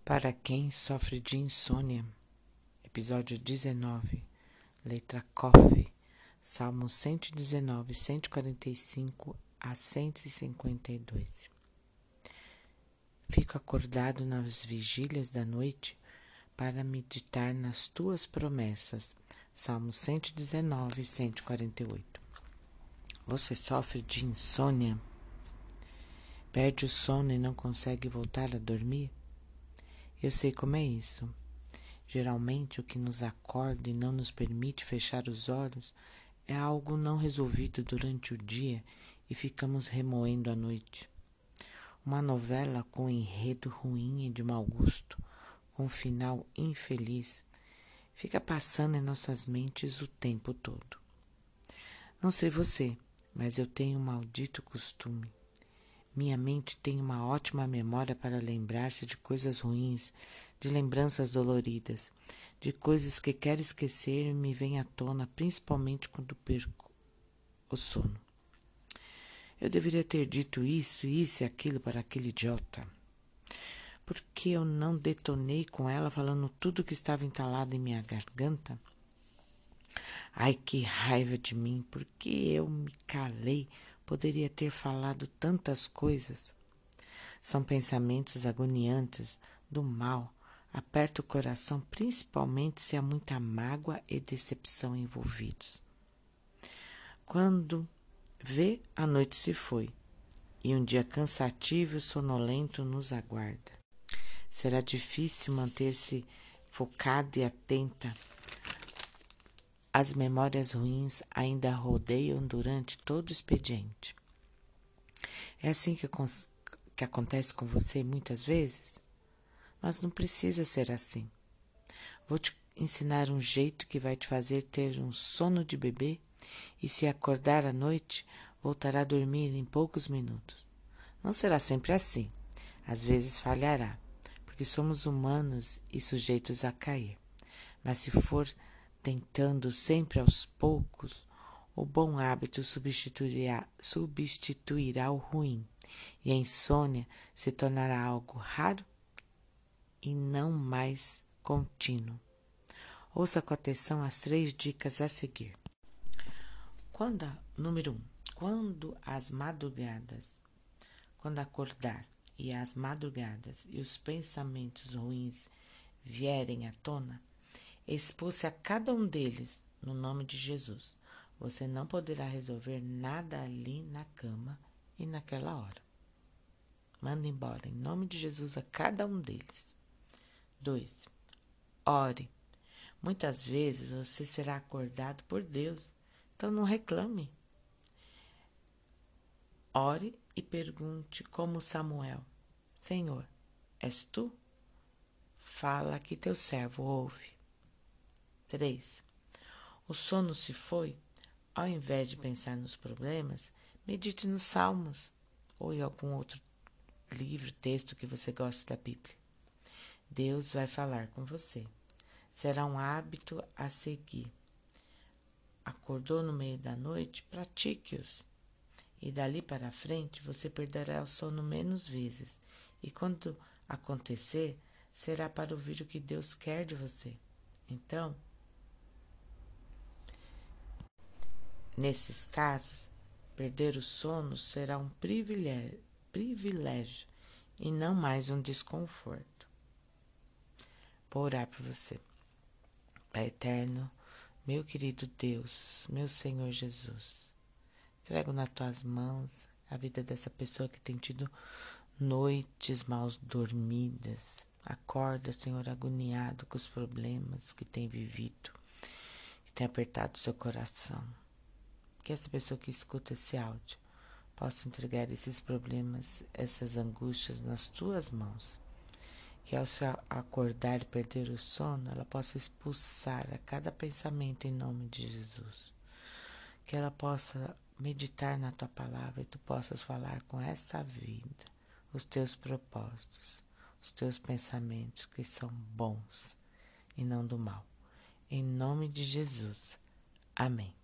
Para quem sofre de insônia, episódio 19, letra Cof, Salmo 119, 145 a 152. Fico acordado nas vigílias da noite para meditar nas tuas promessas. Salmo 119, 148. Você sofre de insônia? Perde o sono e não consegue voltar a dormir? Eu sei como é isso. Geralmente, o que nos acorda e não nos permite fechar os olhos é algo não resolvido durante o dia e ficamos remoendo à noite. Uma novela com enredo ruim e de mau gosto, com um final infeliz, fica passando em nossas mentes o tempo todo. Não sei você, mas eu tenho um maldito costume. Minha mente tem uma ótima memória para lembrar-se de coisas ruins, de lembranças doloridas, de coisas que quero esquecer e me vêm à tona, principalmente quando perco o sono. Eu deveria ter dito isso e aquilo para aquele idiota. Por que eu não detonei com ela falando tudo que estava entalado em minha garganta? Ai, que raiva de mim, porque eu me calei. Poderia ter falado tantas coisas. São pensamentos agoniantes do mal. Aperta o coração, principalmente se há muita mágoa e decepção envolvidos. Quando vê, a noite se foi e um dia cansativo e sonolento nos aguarda. Será difícil manter-se focado e atenta. As memórias ruins ainda rodeiam durante todo o expediente. É assim que acontece com você muitas vezes? Mas não precisa ser assim. Vou te ensinar um jeito que vai te fazer ter um sono de bebê e se acordar à noite, voltará a dormir em poucos minutos. Não será sempre assim. Às vezes falhará, porque somos humanos e sujeitos a cair. Mas se for tentando sempre aos poucos, o bom hábito substituirá o ruim e a insônia se tornará algo raro e não mais contínuo. Ouça com atenção as 3 dicas a seguir. Número 1. Quando acordar e as madrugadas e os pensamentos ruins vierem à tona, expulse a cada um deles no nome de Jesus. Você não poderá resolver nada ali na cama e naquela hora. Manda embora em nome de Jesus a cada um deles. 2. Ore. Muitas vezes você será acordado por Deus, então não reclame. Ore e pergunte como Samuel: Senhor, és tu? Fala que teu servo ouve. 3. O sono se foi? Ao invés de pensar nos problemas, medite nos Salmos ou em algum outro livro, texto que você goste da Bíblia. Deus vai falar com você. Será um hábito a seguir. Acordou no meio da noite? Pratique-os. E dali para frente você perderá o sono menos vezes. E quando acontecer, será para ouvir o que Deus quer de você. Então, nesses casos, perder o sono será um privilégio e não mais um desconforto. Vou orar por você. Pai eterno, meu querido Deus, meu Senhor Jesus, entrego nas tuas mãos a vida dessa pessoa que tem tido noites mal dormidas. Acorda, Senhor, agoniado com os problemas que tem vivido, que tem apertado seu coração. Que essa pessoa que escuta esse áudio possa entregar esses problemas, essas angústias nas tuas mãos. Que ao se acordar e perder o sono, ela possa expulsar a cada pensamento em nome de Jesus. Que ela possa meditar na tua palavra e tu possas falar com essa vida, os teus propósitos, os teus pensamentos que são bons e não do mal. Em nome de Jesus. Amém.